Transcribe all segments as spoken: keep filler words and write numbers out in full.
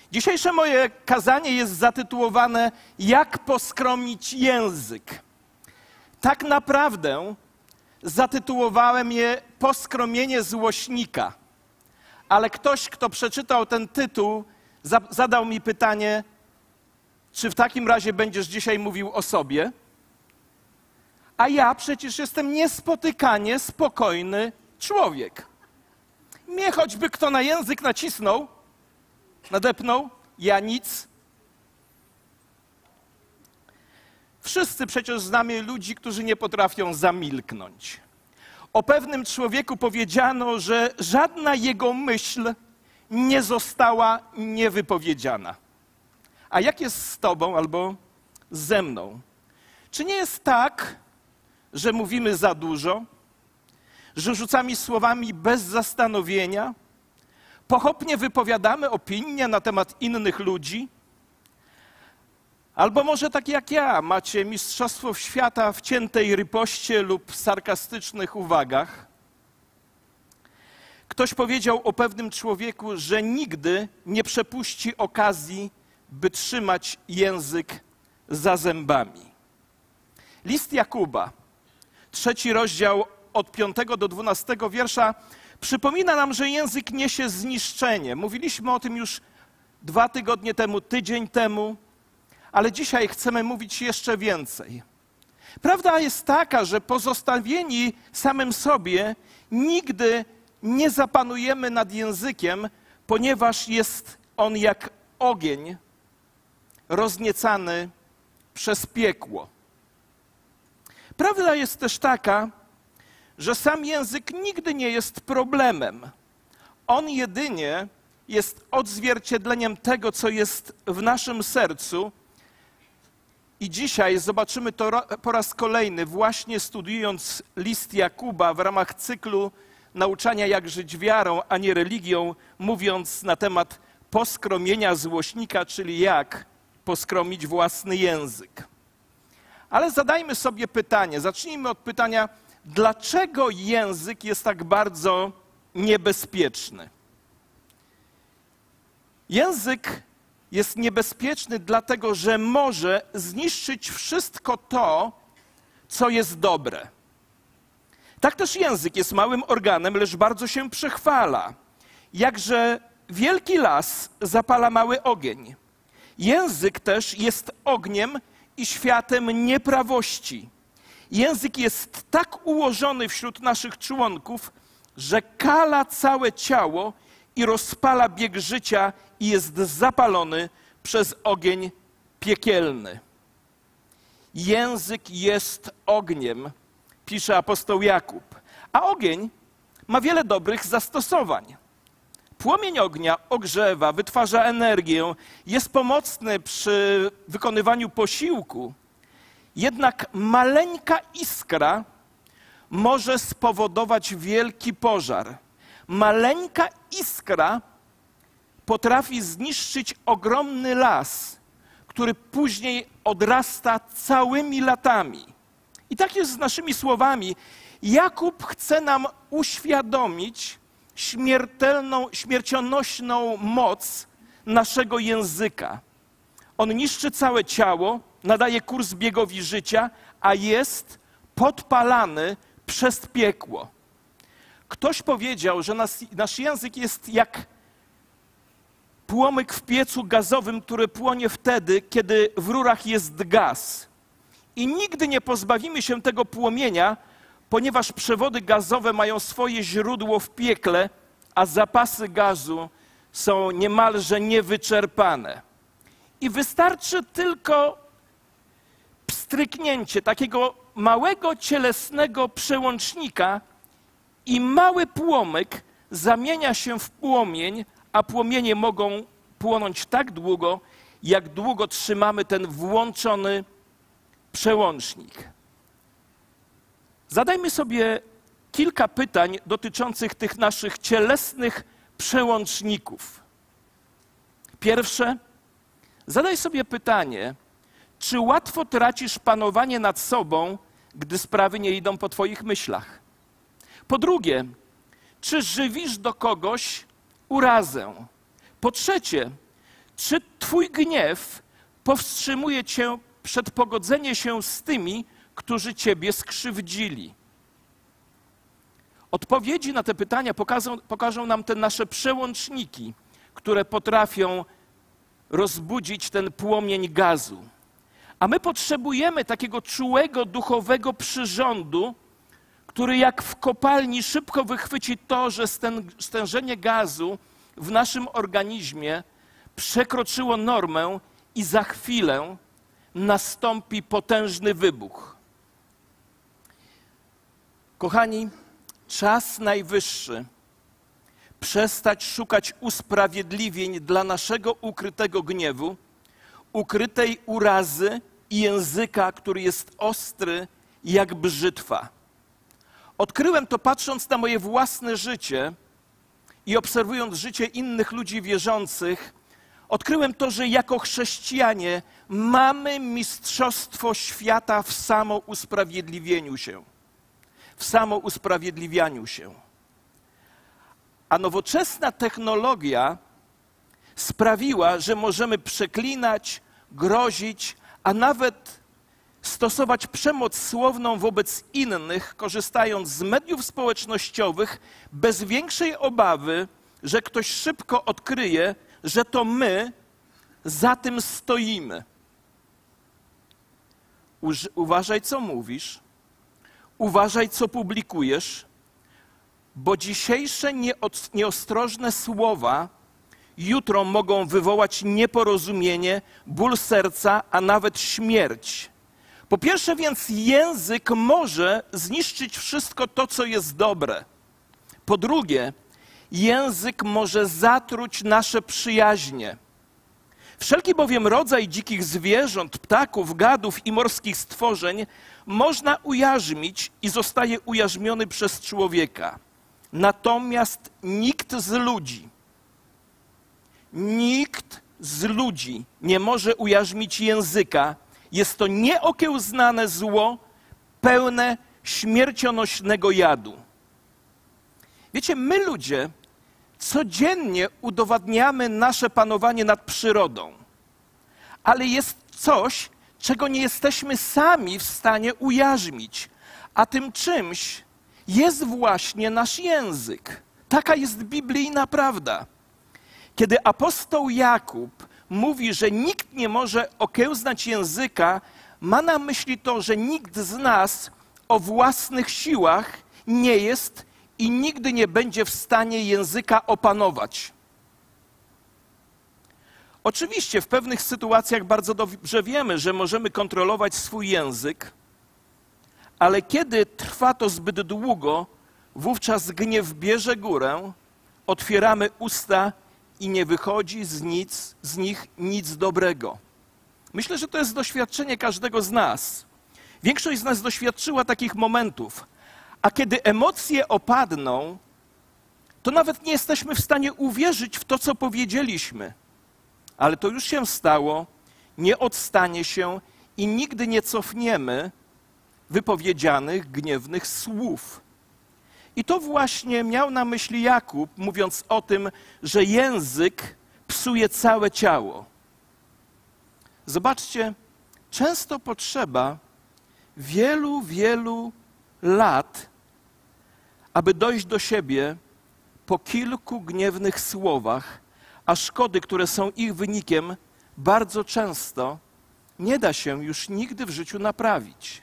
Dzisiejsze moje kazanie jest zatytułowane „Jak poskromić język”. Tak naprawdę zatytułowałem je „Poskromienie złośnika”. Ale ktoś, kto przeczytał ten tytuł, za- zadał mi pytanie, czy w takim razie będziesz dzisiaj mówił o sobie? A ja przecież jestem niespotykanie spokojny człowiek. Mnie choćby kto na język nacisnął, nadepnął, ja nic. Wszyscy przecież znamy ludzi, którzy nie potrafią zamilknąć. O pewnym człowieku powiedziano, że żadna jego myśl nie została niewypowiedziana. A jak jest z tobą albo ze mną? Czy nie jest tak, że mówimy za dużo, że rzucamy słowami bez zastanowienia, pochopnie wypowiadamy opinie na temat innych ludzi? Albo może tak jak ja, macie mistrzostwo świata w ciętej ripoście lub sarkastycznych uwagach? Ktoś powiedział o pewnym człowieku, że nigdy nie przepuści okazji, by trzymać język za zębami. List Jakuba, trzeci rozdział od piątego do dwunastego wiersza przypomina nam, że język niesie zniszczenie. Mówiliśmy o tym już dwa tygodnie temu, tydzień temu, ale dzisiaj chcemy mówić jeszcze więcej. Prawda jest taka, że pozostawieni samym sobie nigdy nie zapanujemy nad językiem, ponieważ jest on jak ogień rozniecany przez piekło. Prawda jest też taka, że sam język nigdy nie jest problemem. On jedynie jest odzwierciedleniem tego, co jest w naszym sercu. I dzisiaj zobaczymy to po raz kolejny, właśnie studiując list Jakuba w ramach cyklu nauczania, jak żyć wiarą, a nie religią, mówiąc na temat poskromienia złośnika, czyli jak poskromić własny język. Ale zadajmy sobie pytanie, zacznijmy od pytania, dlaczego język jest tak bardzo niebezpieczny? Język jest niebezpieczny dlatego, że może zniszczyć wszystko to, co jest dobre. Tak też język jest małym organem, lecz bardzo się przechwala. Jakże wielki las zapala mały ogień. Język też jest ogniem i światem nieprawości. Język jest tak ułożony wśród naszych członków, że kala całe ciało i rozpala bieg życia i jest zapalony przez ogień piekielny. Język jest ogniem, pisze apostoł Jakub, a ogień ma wiele dobrych zastosowań. Płomień ognia ogrzewa, wytwarza energię, jest pomocny przy wykonywaniu posiłku. Jednak maleńka iskra może spowodować wielki pożar. Maleńka iskra potrafi zniszczyć ogromny las, który później odrasta całymi latami. I tak jest z naszymi słowami. Jakub chce nam uświadomić śmiertelną, śmiercionośną moc naszego języka. On niszczy całe ciało, nadaje kurs biegowi życia, a jest podpalany przez piekło. Ktoś powiedział, że nas, nasz język jest jak płomyk w piecu gazowym, który płonie wtedy, kiedy w rurach jest gaz. I nigdy nie pozbawimy się tego płomienia, ponieważ przewody gazowe mają swoje źródło w piekle, a zapasy gazu są niemalże niewyczerpane. I wystarczy tylko pstryknięcie takiego małego cielesnego przełącznika i mały płomyk zamienia się w płomień, a płomienie mogą płonąć tak długo, jak długo trzymamy ten włączony przełącznik. Zadajmy sobie kilka pytań dotyczących tych naszych cielesnych przełączników. Pierwsze, zadaj sobie pytanie, czy łatwo tracisz panowanie nad sobą, gdy sprawy nie idą po twoich myślach? Po drugie, czy żywisz do kogoś urazę? Po trzecie, Czy twój gniew powstrzymuje cię przed pogodzeniem się z tymi, którzy ciebie skrzywdzili? Odpowiedzi na te pytania pokażą, pokażą nam te nasze przełączniki, które potrafią rozbudzić ten płomień gazu. A my potrzebujemy takiego czułego, duchowego przyrządu, który jak w kopalni szybko wychwyci to, że stężenie gazu w naszym organizmie przekroczyło normę i za chwilę nastąpi potężny wybuch. Kochani, czas najwyższy przestać szukać usprawiedliwień dla naszego ukrytego gniewu, ukrytej urazy i języka, który jest ostry jak brzytwa. Odkryłem to patrząc na moje własne życie i obserwując życie innych ludzi wierzących. Odkryłem to, że jako chrześcijanie mamy mistrzostwo świata w samousprawiedliwieniu się. W samousprawiedliwianiu się. A nowoczesna technologia sprawiła, że możemy przeklinać, grozić, a nawet stosować przemoc słowną wobec innych, korzystając z mediów społecznościowych, bez większej obawy, że ktoś szybko odkryje, że to my za tym stoimy. Uż, uważaj, co mówisz, uważaj, co publikujesz, bo dzisiejsze nieod, nieostrożne słowa jutro mogą wywołać nieporozumienie, ból serca, a nawet śmierć. Po pierwsze więc język może zniszczyć wszystko to, co jest dobre. Po drugie, język może zatruć nasze przyjaźnie. Wszelki bowiem rodzaj dzikich zwierząt, ptaków, gadów i morskich stworzeń można ujarzmić i zostaje ujarzmiony przez człowieka. Natomiast nikt z ludzi, nikt z ludzi nie może ujarzmić języka. Jest to nieokiełznane zło, pełne śmiercionośnego jadu. Wiecie, my ludzie codziennie udowadniamy nasze panowanie nad przyrodą, ale jest coś, czego nie jesteśmy sami w stanie ujarzmić, a tym czymś jest właśnie nasz język. Taka jest biblijna prawda. Kiedy apostoł Jakub mówi, że nikt nie może okiełznać języka, ma na myśli to, że nikt z nas o własnych siłach nie jest i nigdy nie będzie w stanie języka opanować. Oczywiście w pewnych sytuacjach bardzo dobrze wiemy, że możemy kontrolować swój język, ale kiedy trwa to zbyt długo, wówczas gniew bierze górę, otwieramy usta i nie wychodzi z, nic, z nich nic dobrego. Myślę, że to jest doświadczenie każdego z nas. Większość z nas doświadczyła takich momentów, a kiedy emocje opadną, to nawet nie jesteśmy w stanie uwierzyć w to, co powiedzieliśmy. Ale to już się stało, nie odstanie się i nigdy nie cofniemy wypowiedzianych gniewnych słów. I to właśnie miał na myśli Jakub, mówiąc o tym, że język psuje całe ciało. Zobaczcie, często potrzeba wielu, wielu lat, aby dojść do siebie po kilku gniewnych słowach, a szkody, które są ich wynikiem, bardzo często nie da się już nigdy w życiu naprawić.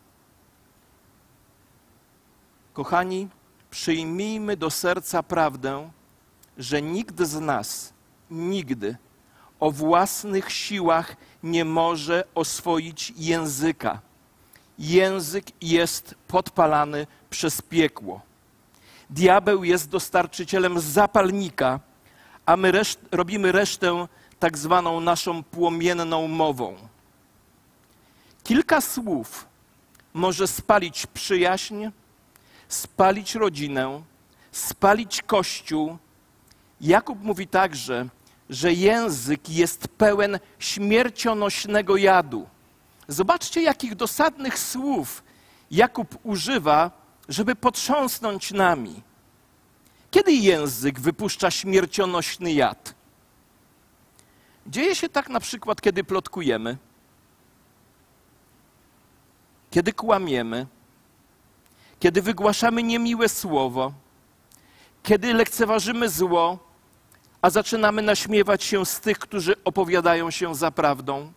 Kochani, przyjmijmy do serca prawdę, że nikt z nas nigdy o własnych siłach nie może oswoić języka. Język jest podpalany przez piekło. Diabeł jest dostarczycielem zapalnika, a my reszt- robimy resztę tak zwaną naszą płomienną mową. Kilka słów może spalić przyjaźń, spalić rodzinę, spalić Kościół. Jakub mówi także, że język jest pełen śmiercionośnego jadu. Zobaczcie, jakich dosadnych słów Jakub używa, żeby potrząsnąć nami. Kiedy język wypuszcza śmiercionośny jad? Dzieje się tak na przykład, kiedy plotkujemy, kiedy kłamiemy, kiedy wygłaszamy niemiłe słowo, kiedy lekceważymy zło, a zaczynamy naśmiewać się z tych, którzy opowiadają się za prawdą.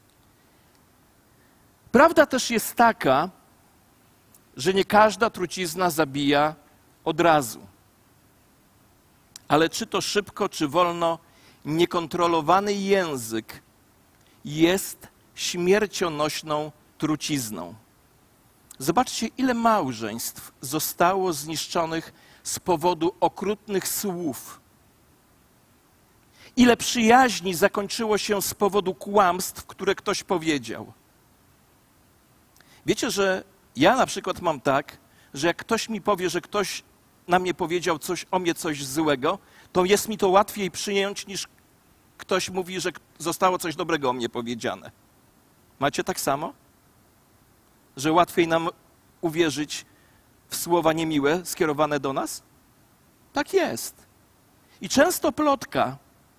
Prawda też jest taka, że nie każda trucizna zabija od razu. Ale czy to szybko, czy wolno, niekontrolowany język jest śmiercionośną trucizną. Zobaczcie, ile małżeństw zostało zniszczonych z powodu okrutnych słów. Ile przyjaźni zakończyło się z powodu kłamstw, które ktoś powiedział. Wiecie, że ja na przykład mam tak, że jak ktoś mi powie, że ktoś na mnie powiedział coś o mnie coś złego, to jest mi to łatwiej przyjąć, niż ktoś mówi, że zostało coś dobrego o mnie powiedziane. Macie tak samo? Że łatwiej nam uwierzyć w słowa niemiłe skierowane do nas? Tak jest. I często plotka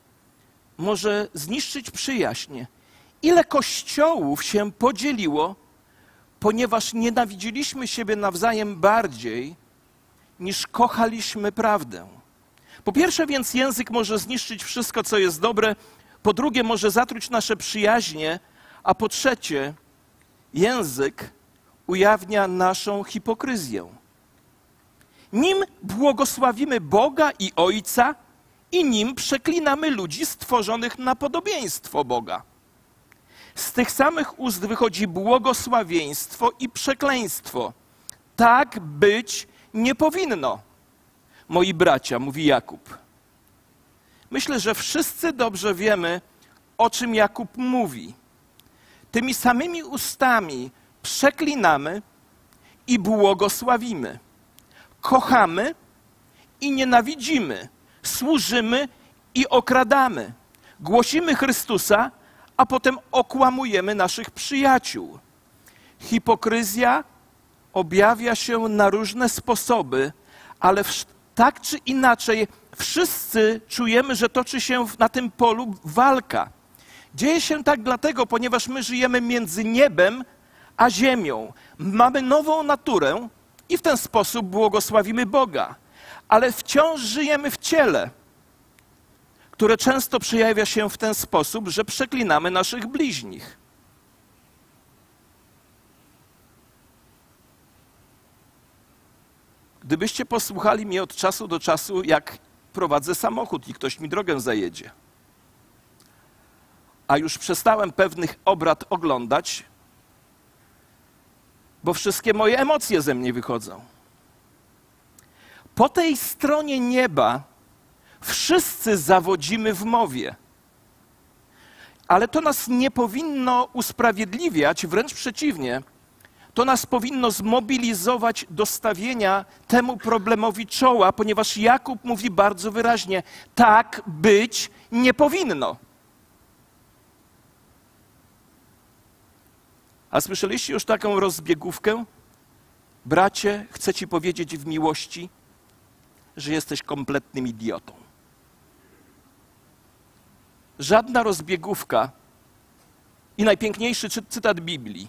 może zniszczyć przyjaźń. Ile kościołów się podzieliło, ponieważ nienawidziliśmy siebie nawzajem bardziej, niż kochaliśmy prawdę. Po pierwsze więc język może zniszczyć wszystko, co jest dobre, po drugie może zatruć nasze przyjaźnie, a po trzecie język ujawnia naszą hipokryzję. Nim błogosławimy Boga i Ojca i nim przeklinamy ludzi stworzonych na podobieństwo Boga. Z tych samych ust wychodzi błogosławieństwo i przekleństwo. Tak być nie powinno. Moi bracia, mówi Jakub. Myślę, że wszyscy dobrze wiemy, o czym Jakub mówi. Tymi samymi ustami przeklinamy i błogosławimy. Kochamy i nienawidzimy. Służymy i okradamy. Głosimy Chrystusa, a potem okłamujemy naszych przyjaciół. Hipokryzja objawia się na różne sposoby, ale w, tak czy inaczej wszyscy czujemy, że toczy się na tym polu walka. Dzieje się tak dlatego, ponieważ my żyjemy między niebem a ziemią. Mamy nową naturę i w ten sposób błogosławimy Boga. Ale wciąż żyjemy w ciele, które często przejawia się w ten sposób, że przeklinamy naszych bliźnich. Gdybyście posłuchali mnie od czasu do czasu, jak prowadzę samochód i ktoś mi drogę zajedzie, a już przestałem pewnych obrad oglądać, bo wszystkie moje emocje ze mnie wychodzą. Po tej stronie nieba wszyscy zawodzimy w mowie. Ale to nas nie powinno usprawiedliwiać, wręcz przeciwnie. To nas powinno zmobilizować do stawienia temu problemowi czoła, ponieważ Jakub mówi bardzo wyraźnie, tak być nie powinno. A słyszeliście już taką rozbiegówkę? Bracie, chcę ci powiedzieć w miłości, że jesteś kompletnym idiotą. Żadna rozbiegówka i najpiękniejszy cy- cytat Biblii,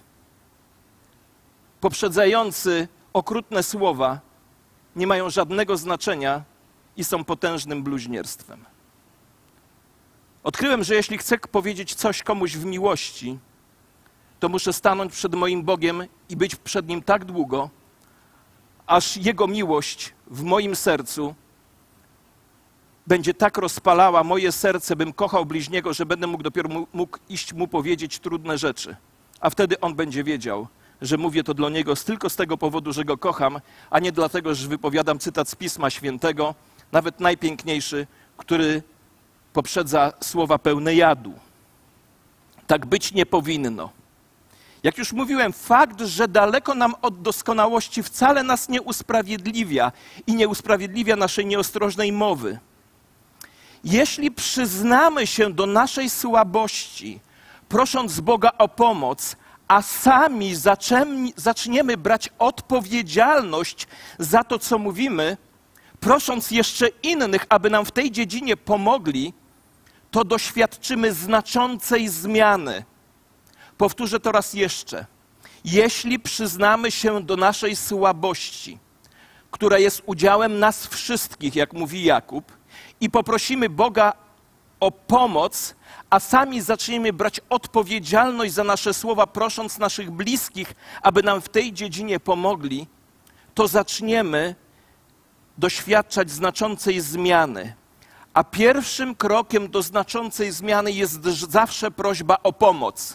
poprzedzający okrutne słowa, nie mają żadnego znaczenia i są potężnym bluźnierstwem. Odkryłem, że jeśli chcę powiedzieć coś komuś w miłości, to muszę stanąć przed moim Bogiem i być przed Nim tak długo, aż Jego miłość w moim sercu będzie tak rozpalała moje serce, bym kochał bliźniego, że będę mógł dopiero mógł iść mu powiedzieć trudne rzeczy. A wtedy on będzie wiedział, że mówię to dla niego tylko z tego powodu, że go kocham, a nie dlatego, że wypowiadam cytat z Pisma Świętego, nawet najpiękniejszy, który poprzedza słowa pełne jadu. Tak być nie powinno. Jak już mówiłem, fakt, że daleko nam od doskonałości wcale nas nie usprawiedliwia i nie usprawiedliwia naszej nieostrożnej mowy. Jeśli przyznamy się do naszej słabości, prosząc Boga o pomoc, a sami zaczniemy brać odpowiedzialność za to, co mówimy, prosząc jeszcze innych, aby nam w tej dziedzinie pomogli, to doświadczymy znaczącej zmiany. Powtórzę to raz jeszcze. Jeśli przyznamy się do naszej słabości, która jest udziałem nas wszystkich, jak mówi Jakub, i poprosimy Boga o pomoc, a sami zaczniemy brać odpowiedzialność za nasze słowa, prosząc naszych bliskich, aby nam w tej dziedzinie pomogli, to zaczniemy doświadczać znaczącej zmiany. A pierwszym krokiem do znaczącej zmiany jest zawsze prośba o pomoc.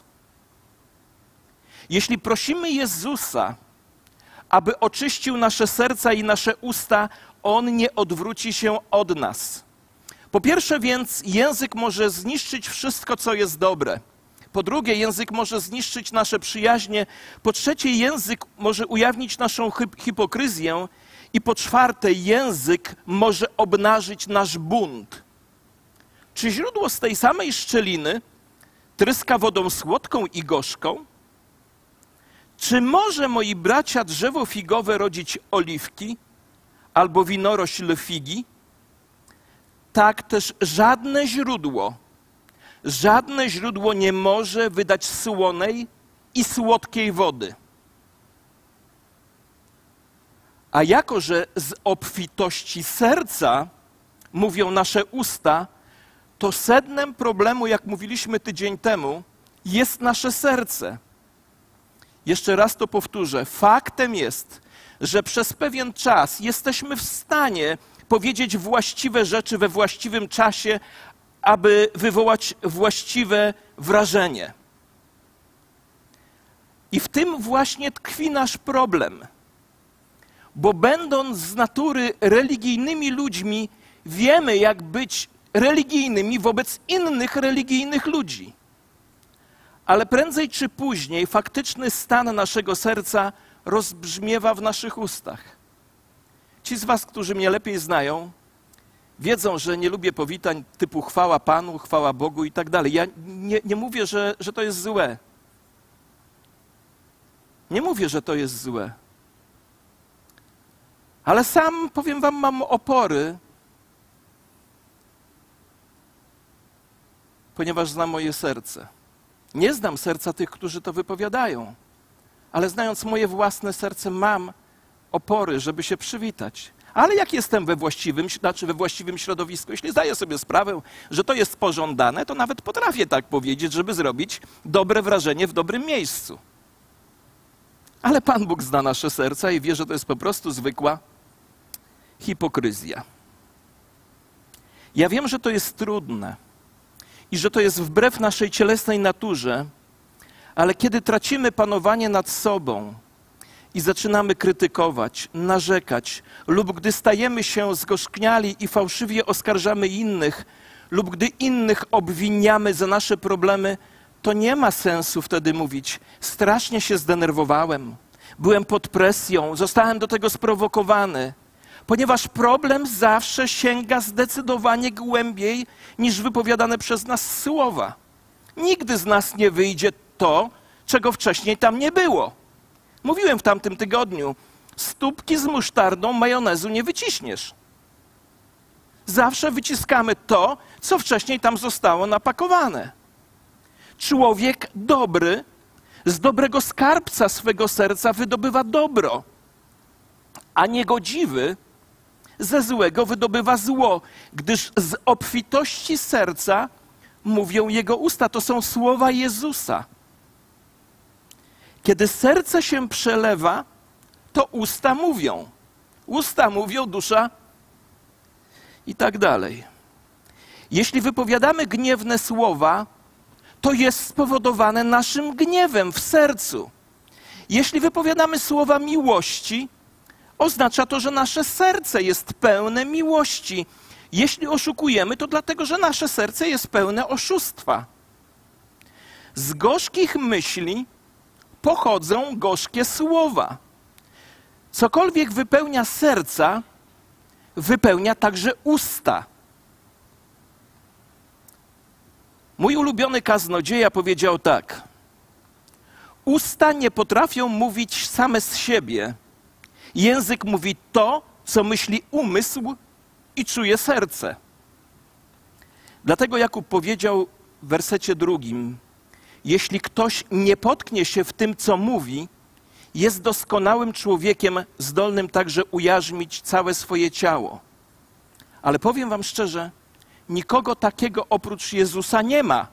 Jeśli prosimy Jezusa, aby oczyścił nasze serca i nasze usta, On nie odwróci się od nas. Po pierwsze więc, język może zniszczyć wszystko, co jest dobre. Po drugie, język może zniszczyć nasze przyjaźnie. Po trzecie, język może ujawnić naszą hip- hipokryzję. I po czwarte, język może obnażyć nasz bunt. Czy źródło z tej samej szczeliny tryska wodą słodką i gorzką? Czy może, moi bracia, drzewo figowe rodzić oliwki albo winorośl figi? Tak też żadne źródło, żadne źródło nie może wydać słonej i słodkiej wody. A jako że z obfitości serca mówią nasze usta, to sednem problemu, jak mówiliśmy tydzień temu, jest nasze serce. Jeszcze raz to powtórzę. Faktem jest, że przez pewien czas jesteśmy w stanie powiedzieć właściwe rzeczy we właściwym czasie, aby wywołać właściwe wrażenie. I w tym właśnie tkwi nasz problem. Bo będąc z natury religijnymi ludźmi, wiemy, jak być religijnymi wobec innych religijnych ludzi. Ale prędzej czy później faktyczny stan naszego serca rozbrzmiewa w naszych ustach. Ci z was, którzy mnie lepiej znają, wiedzą, że nie lubię powitań typu chwała Panu, chwała Bogu i tak dalej. Ja nie, nie mówię, że, że to jest złe. Nie mówię, że to jest złe. Ale sam, powiem wam, mam opory, ponieważ znam moje serce. Nie znam serca tych, którzy to wypowiadają, ale znając moje własne serce, mam opory, żeby się przywitać. Ale jak jestem we właściwym, znaczy we właściwym środowisku, jeśli zdaję sobie sprawę, że to jest pożądane, to nawet potrafię tak powiedzieć, żeby zrobić dobre wrażenie w dobrym miejscu. Ale Pan Bóg zna nasze serca i wie, że to jest po prostu zwykła hipokryzja. Ja wiem, że to jest trudne i że to jest wbrew naszej cielesnej naturze, ale kiedy tracimy panowanie nad sobą i zaczynamy krytykować, narzekać, lub gdy stajemy się zgorzkniali i fałszywie oskarżamy innych, lub gdy innych obwiniamy za nasze problemy, to nie ma sensu wtedy mówić: strasznie się zdenerwowałem, byłem pod presją, zostałem do tego sprowokowany. Ponieważ problem zawsze sięga zdecydowanie głębiej niż wypowiadane przez nas słowa. Nigdy z nas nie wyjdzie to, czego wcześniej tam nie było. Mówiłem w tamtym tygodniu, stópki z musztardą majonezu nie wyciśniesz. Zawsze wyciskamy to, co wcześniej tam zostało napakowane. Człowiek dobry z dobrego skarbca swego serca wydobywa dobro, a niegodziwy ze złego wydobywa zło, gdyż z obfitości serca mówią jego usta. To są słowa Jezusa. Kiedy serce się przelewa, to usta mówią. Usta mówią, dusza i tak dalej. Jeśli wypowiadamy gniewne słowa, to jest spowodowane naszym gniewem w sercu. Jeśli wypowiadamy słowa miłości, oznacza to, że nasze serce jest pełne miłości. Jeśli oszukujemy, to dlatego, że nasze serce jest pełne oszustwa. Z gorzkich myśli pochodzą gorzkie słowa. Cokolwiek wypełnia serca, wypełnia także usta. Mój ulubiony kaznodzieja powiedział tak: usta nie potrafią mówić same z siebie. Język mówi to, co myśli umysł i czuje serce. Dlatego Jakub powiedział w wersecie drugim: jeśli ktoś nie potknie się w tym, co mówi, jest doskonałym człowiekiem, zdolnym także ujarzmić całe swoje ciało. Ale powiem wam szczerze, nikogo takiego oprócz Jezusa nie ma.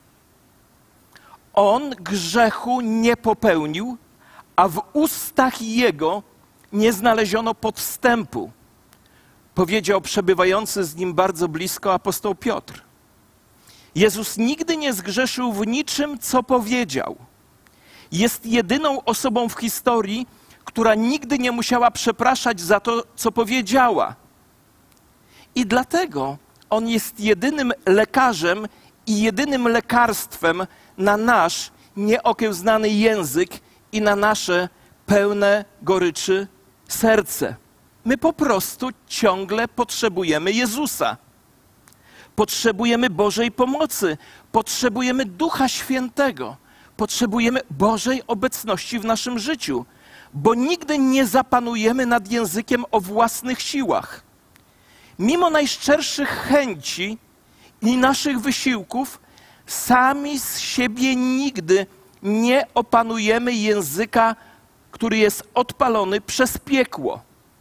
On grzechu nie popełnił, a w ustach Jego nie znaleziono podstępu. Powiedział przebywający z Nim bardzo blisko apostoł Piotr. Jezus nigdy nie zgrzeszył w niczym, co powiedział. Jest jedyną osobą w historii, która nigdy nie musiała przepraszać za to, co powiedziała. I dlatego On jest jedynym lekarzem i jedynym lekarstwem na nasz nieokiełznany język i na nasze pełne goryczy serce. My po prostu ciągle potrzebujemy Jezusa. Potrzebujemy Bożej pomocy, potrzebujemy Ducha Świętego, potrzebujemy Bożej obecności w naszym życiu, bo nigdy nie zapanujemy nad językiem o własnych siłach. Mimo najszczerszych chęci i naszych wysiłków, sami z siebie nigdy nie opanujemy języka, który jest odpalony przez piekło.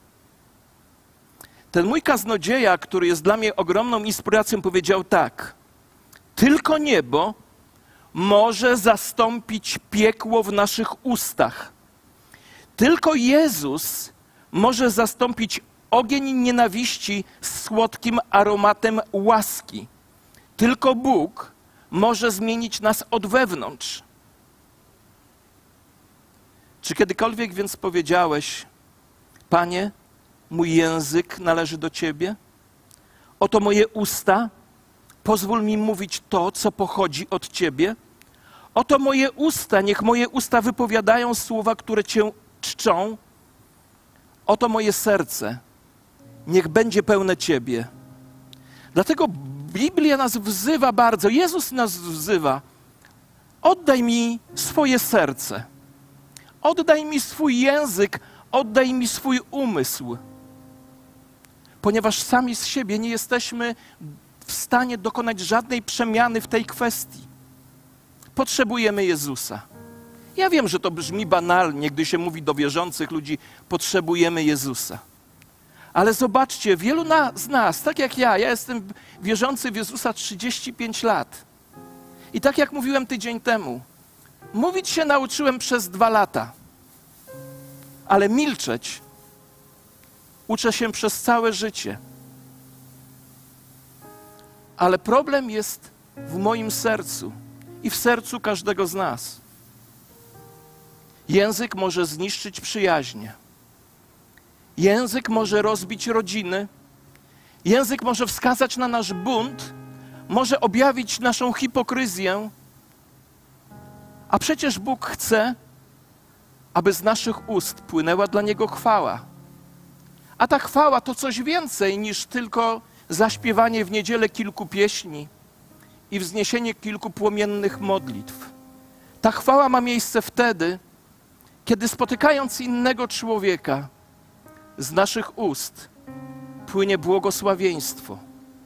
Ten mój kaznodzieja, który jest dla mnie ogromną inspiracją, powiedział tak: tylko niebo może zastąpić piekło w naszych ustach. Tylko Jezus może zastąpić ogień nienawiści słodkim aromatem łaski. Tylko Bóg może zmienić nas od wewnątrz. Czy kiedykolwiek więc powiedziałeś: Panie, mój język należy do Ciebie? Oto moje usta, pozwól mi mówić to, co pochodzi od Ciebie. Oto moje usta, niech moje usta wypowiadają słowa, które Cię czczą. Oto moje serce, niech będzie pełne Ciebie. Dlatego Biblia nas wzywa bardzo, Jezus nas wzywa: oddaj mi swoje serce, oddaj mi swój język, oddaj mi swój umysł. Ponieważ sami z siebie nie jesteśmy w stanie dokonać żadnej przemiany w tej kwestii. Potrzebujemy Jezusa. Ja wiem, że to brzmi banalnie, gdy się mówi do wierzących ludzi: potrzebujemy Jezusa. Ale zobaczcie, wielu na, z nas, tak jak ja, ja jestem wierzący w Jezusa trzydzieści pięć lat. I tak jak mówiłem tydzień temu, mówić się nauczyłem przez dwa lata, ale milczeć uczę się przez całe życie. Ale problem jest w moim sercu i w sercu każdego z nas. Język może zniszczyć przyjaźnie. Język może rozbić rodziny. Język może wskazać na nasz bunt, może objawić naszą hipokryzję. A przecież Bóg chce, aby z naszych ust płynęła dla Niego chwała. A ta chwała to coś więcej niż tylko zaśpiewanie w niedzielę kilku pieśni i wzniesienie kilku płomiennych modlitw. Ta chwała ma miejsce wtedy, kiedy spotykając innego człowieka, z naszych ust płynie błogosławieństwo.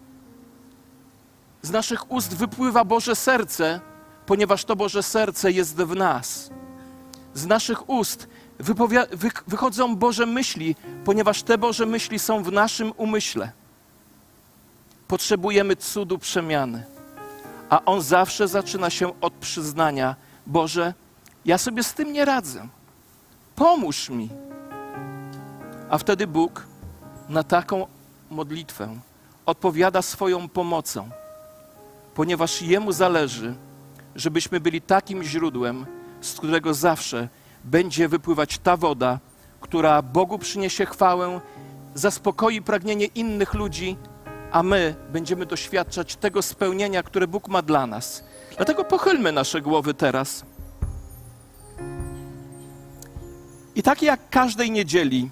Z naszych ust wypływa Boże serce, ponieważ to Boże serce jest w nas. Z naszych ust wy wychodzą Boże myśli, ponieważ te Boże myśli są w naszym umyśle. Potrzebujemy cudu przemiany, a on zawsze zaczyna się od przyznania: Boże, ja sobie z tym nie radzę. Pomóż mi. A wtedy Bóg na taką modlitwę odpowiada swoją pomocą, ponieważ Jemu zależy, żebyśmy byli takim źródłem, z którego zawsze będzie wypływać ta woda, która Bogu przyniesie chwałę, zaspokoi pragnienie innych ludzi, a my będziemy doświadczać tego spełnienia, które Bóg ma dla nas. Dlatego pochylmy nasze głowy teraz. I tak jak każdej niedzieli,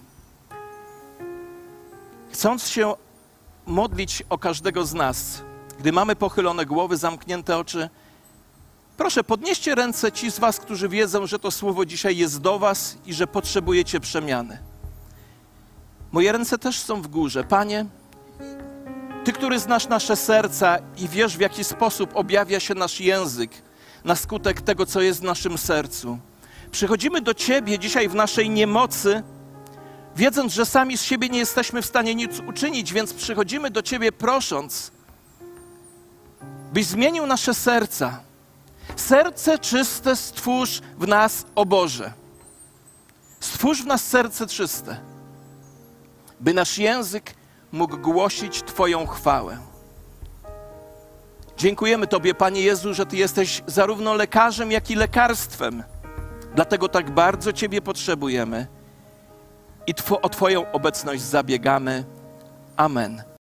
chcąc się modlić o każdego z nas, gdy mamy pochylone głowy, zamknięte oczy, proszę, podnieście ręce ci z was, którzy wiedzą, że to słowo dzisiaj jest do was i że potrzebujecie przemiany. Moje ręce też są w górze. Panie, Ty, który znasz nasze serca i wiesz, w jaki sposób objawia się nasz język na skutek tego, co jest w naszym sercu. Przychodzimy do Ciebie dzisiaj w naszej niemocy, wiedząc, że sami z siebie nie jesteśmy w stanie nic uczynić, więc przychodzimy do Ciebie prosząc, byś zmienił nasze serca. Serce czyste stwórz w nas, o Boże. Stwórz w nas serce czyste, by nasz język mógł głosić Twoją chwałę. Dziękujemy Tobie, Panie Jezu, że Ty jesteś zarówno lekarzem, jak i lekarstwem. Dlatego tak bardzo Ciebie potrzebujemy i Two- o Twoją obecność zabiegamy. Amen.